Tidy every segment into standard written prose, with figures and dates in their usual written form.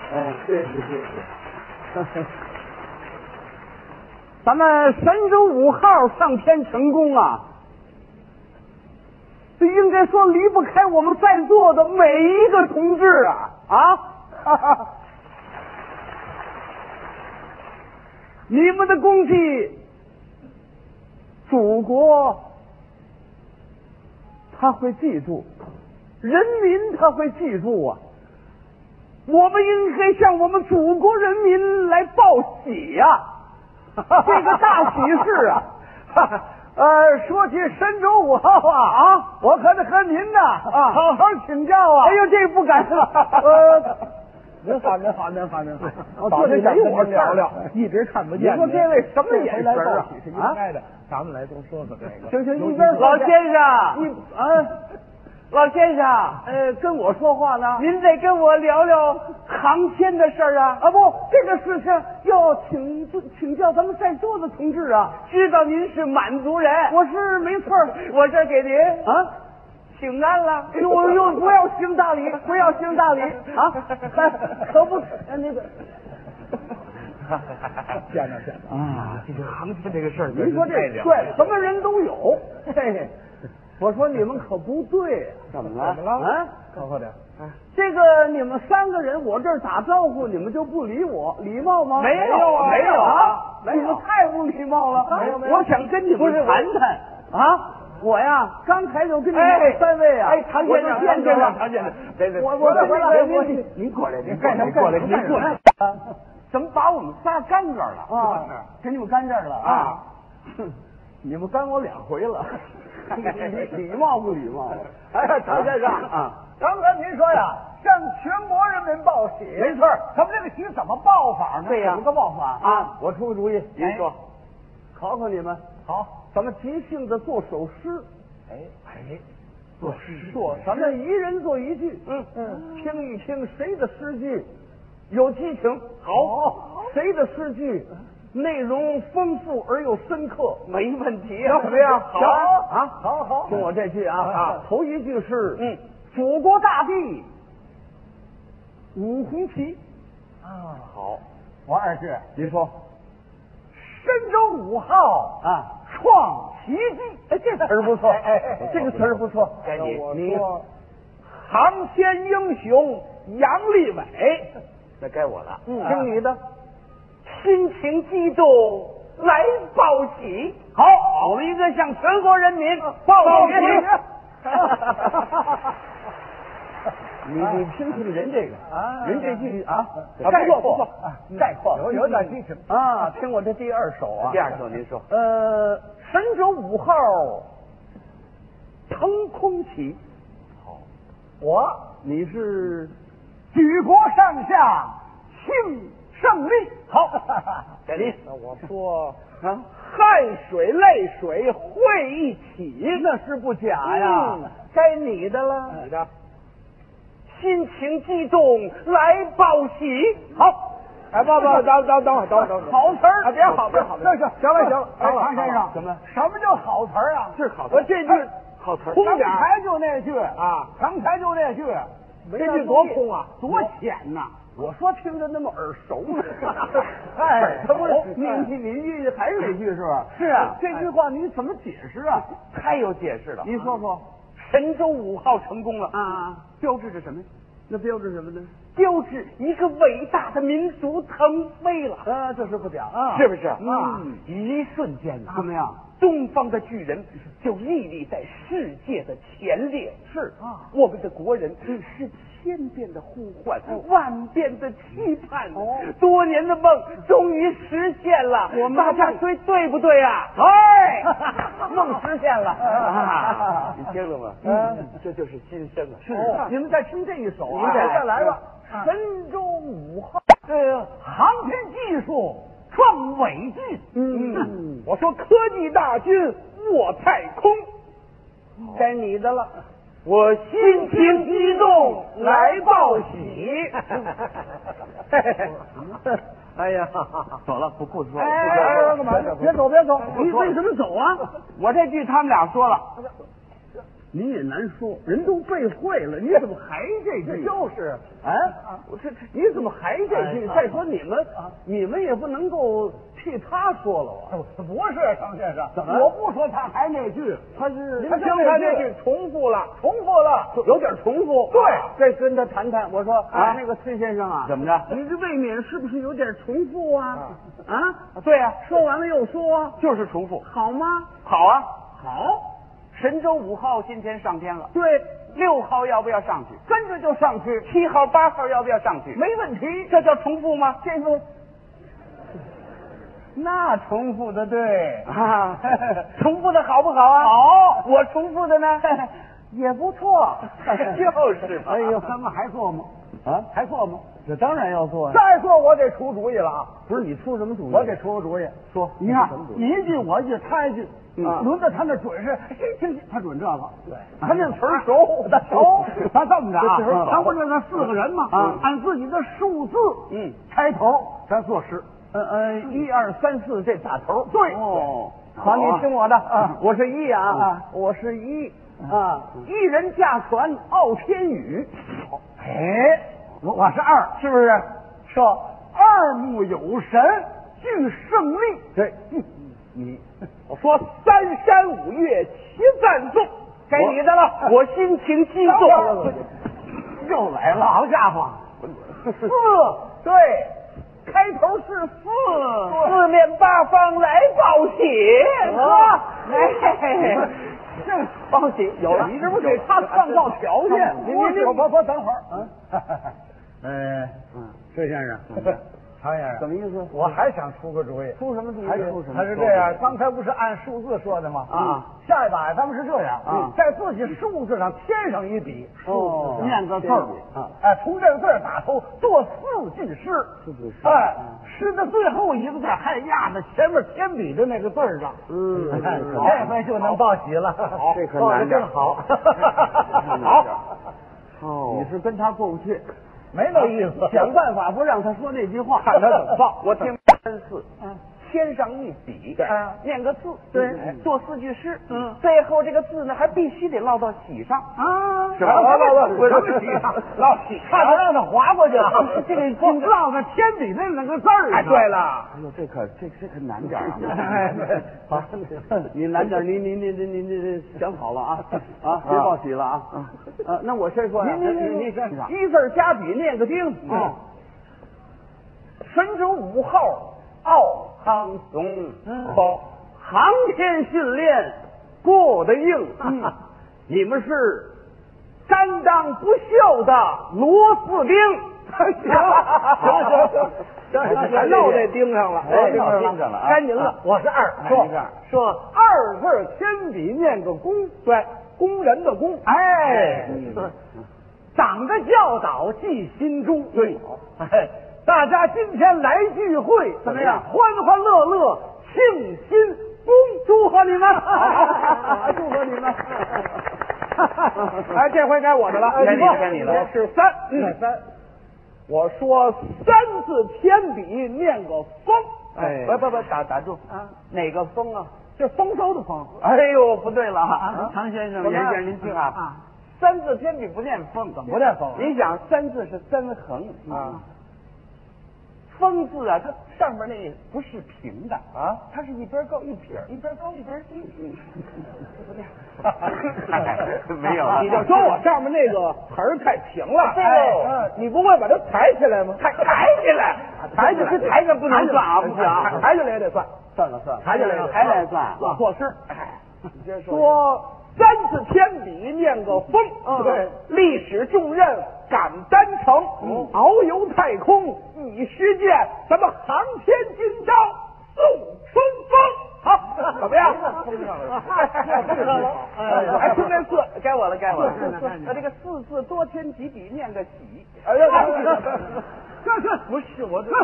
对。咱们神舟5号上天成功啊，这应该说离不开我们在座的每一个同志啊！你们的功绩，祖国他会记住，人民他会记住啊！我们应该向我们祖国人民来报喜呀！这个大喜事啊！说起神舟5号我可得和您好好请教啊！哎呦，这不敢您好， 我这里没我聊聊， 一直看不见。 你说这位什么眼神啊？ 是应该的，咱们来多说说这个。 行，一边老先生， 你老先生， 跟我说话呢？ 您得跟我聊聊航天的事儿啊！ 不，这个事情要请教咱们在座的同志啊。 知道您是满族人， 我是没错， 我这给您请安了。 又不要行大礼，不要行大礼啊！可不，那个。 见着这个航天这个事儿， 您说这帅，什么人都有。嘿，我说你们可不对， 怎么了？考考点。 这个你们3个人，我这儿打招呼，你们就不理我，礼貌吗？ 没有啊！ 你们太不礼貌了。 没有。 我想跟你们谈谈啊！我呀，刚才就跟你们3位啊， 唐先生， 我您过来，您过来，怎么把我们仨干这儿了啊？给你们干这儿了啊？你们干我2回了，礼貌不礼貌？ 唐先生刚才您说呀，向全国人民报喜， 没错。 咱们这个喜怎么报法呢？ 对呀， 怎么个报法啊？ 我出个主意， 您说， 考考你们。 好， 咱们即兴的做首诗。 作诗咱们一人做一句，听一听谁的诗句有激情，好，谁的诗句内容丰富而又深刻， 没问题怎么样？ 好， 听我这句头一句是祖国大地五红旗好，我2句， 你说神舟5号创奇迹， 这词儿不错，这个词儿不错。 该你航天英雄杨利伟， 那该我了。 听你的， 心情激动来报喜。 好，我们应该向全国人民报喜。你听听人这个人这句概括不错，概括有点激情听我这第2首第2首您说。 神舟5号腾空起。 好， 你是举国上下庆胜利。 好， 该您。 那我说汗水泪水汇一起，那是不假呀。该你的了， 你的。 心情激动来报喜。 好， 等会儿， 好词儿， 别好，那是行了，唐先生， 怎么？ 什么叫好词儿啊？ 是好词。 我这句好词， 刚才就那句刚才就那句，这句多空啊， 多浅呐！我说听着那么耳熟呢。 这不是你还是那句是吧？ 是啊， 这句话你怎么解释啊？ 太有解释了。 你说说， 神舟5号成功了标志着什么？ 那标志什么呢？ 标志一个伟大的民族腾飞了。 这是不假是不是？一瞬间怎么样？ 东方的巨人就屹立在世界的前列。 是我们的国人是千遍的呼唤，万遍的期盼，多年的梦终于实现了。大家说对不对啊？ 梦实现了你听了吗？这就是新生啊！ 是你们再听这一首再来吧。 神舟5号航天技术创伟绩。 我说科技大军卧太空，该你的了。 我心情激动来报喜。 哎呀， 走了，不说。 干嘛？别走！ 你为什么走啊？ 我这句他们俩说了。 你也难说，人都背会了，你怎么还这句？ 就是我你怎么还这句？再说你们也不能够替他说了啊！ 不是常先生， 怎么我不说他还那句， 他是他刚才那句重复了， 有点重复。 对， 再跟他谈谈。我说那个崔先生啊， 怎么着？ 你这未免是不是有点重复啊？ 对呀， 说完了又说， 就是重复， 好吗？ 好啊， 好。 神舟5号今天上天了， 对 ，6号要不要上去？ 跟着就上去。 7号、8号要不要上去？ 没问题。 这叫重复吗？ 这个那重复的对啊，重复的好不好啊？ 好， 我重复的呢也不错， 就是嘛。 哎呦，咱们还做吗？还做吗？ 这当然要做呀。 再做我得出主意了啊！ 不是你出什么主意？ 我得出个主意。 说， 你看，你一句我一句，他一句，轮到他那准是，听他准这个。对，他这词儿熟，他熟。他这么着啊，咱不是那4个人吗？按自己的数字，开头，咱作诗。 1、2、3、4这打头。 对。 哦， 好， 你听我的我是1啊，我是1啊，1人驾船傲天宇。 哎，我是2，是不是？说2目有神，具胜利。 对，我说3山5岳齐赞颂，该你的了。我心情激动， 又来了，好家伙 ，4对。开头是四面八方来报喜， 来， 报喜有了。你这不给他创造条件？ 你等会儿，崔先生，常先生， 什么意思？ 我还想出个主意。 出什么主意？ 他是这样，刚才不是按数字说的吗？下一把咱们是这样，在自己数字上添上一笔，念个字儿，从这个字儿打头做4句诗，诗的最后一个字还压在前面添笔的那个字儿上，这回就能报喜了。 好，这可难点，好， 好，你是跟他过不去。 没那意思， 想办法不让他说那句话，看他怎么报。我听3、4，添上一笔，念个字， 对， 做4句诗，最后这个字呢还必须得落到喜上啊， 是吧？落喜上，落喜， 差点让他划过去了。 这个落在添笔那个字儿。 哎，对了，哎呦，这可难点啊！好，你难点，你想好了啊，别报喜了啊！那我先说呀，你先说，1字加笔念个丁，神舟5号奥康松，航天训练过得硬，你们是担当不锈的螺丝钉。行，落这钉上了， 钉上了， 该您了。 我是2，说2字添笔念个工，对，工人的工，党的教导记心中，对，大家今天来聚会，怎么样？欢欢乐乐，庆新恭，祝贺你们，祝贺你们。 哎，这回该我的了， 该你了。是3，我说3字添笔念个丰，不，打住啊！哪个丰啊？ 这丰收的丰。 哎呦，不对了啊！ 常先生，您听啊 ，3字添笔不念丰， 怎么不念丰？ 你想3字是3横啊，丰字啊，它上面那不是平的啊，它是一边高一撇，一边高一边低。没有， 你就说我上面那个词儿太平了， 你不会把它抬起来吗？抬起来，抬起来不能算啊，不行， 抬起来也得算， 算了， 抬起来还得算， 我作诗， 说3字添笔念个丰，对，历史重任敢担承，遨游太空已实践，咱们航天今朝送春风。好，怎么样？还听这4，该我了。这个4字多添几笔，念个喜。 这不是我这，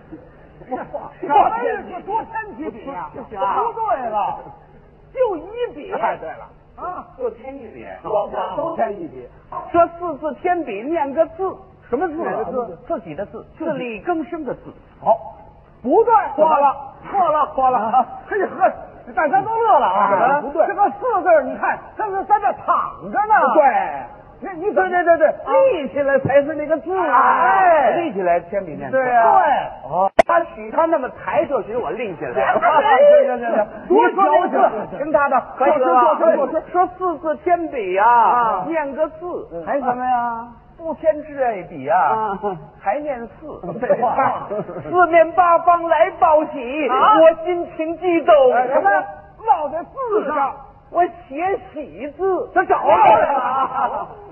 多添几笔啊？ 不行啊， 不对了，就1笔。 太对了啊， 就添1笔， 都添1笔。 说4字添笔念个字，什么字？ 哪个字？ 自己的字，自力更生的字。 好。不对，错了。嘿呵， 大家都乐了啊！ 不对， 这个四字你看，这是在这躺着呢。 对， 你对，立起来才是那个字啊！ 哎，立起来铅笔念。 对呀， 对。哦，他许他那么抬就许我立起来。 对， 多矫情，听他的，可以了。说四字铅笔啊，念个字， 还什么呀？ 不添字爱笔啊，还念四。四面八方来报喜，我心情激动。 什么？落在字上， 我写喜字， 他找着了。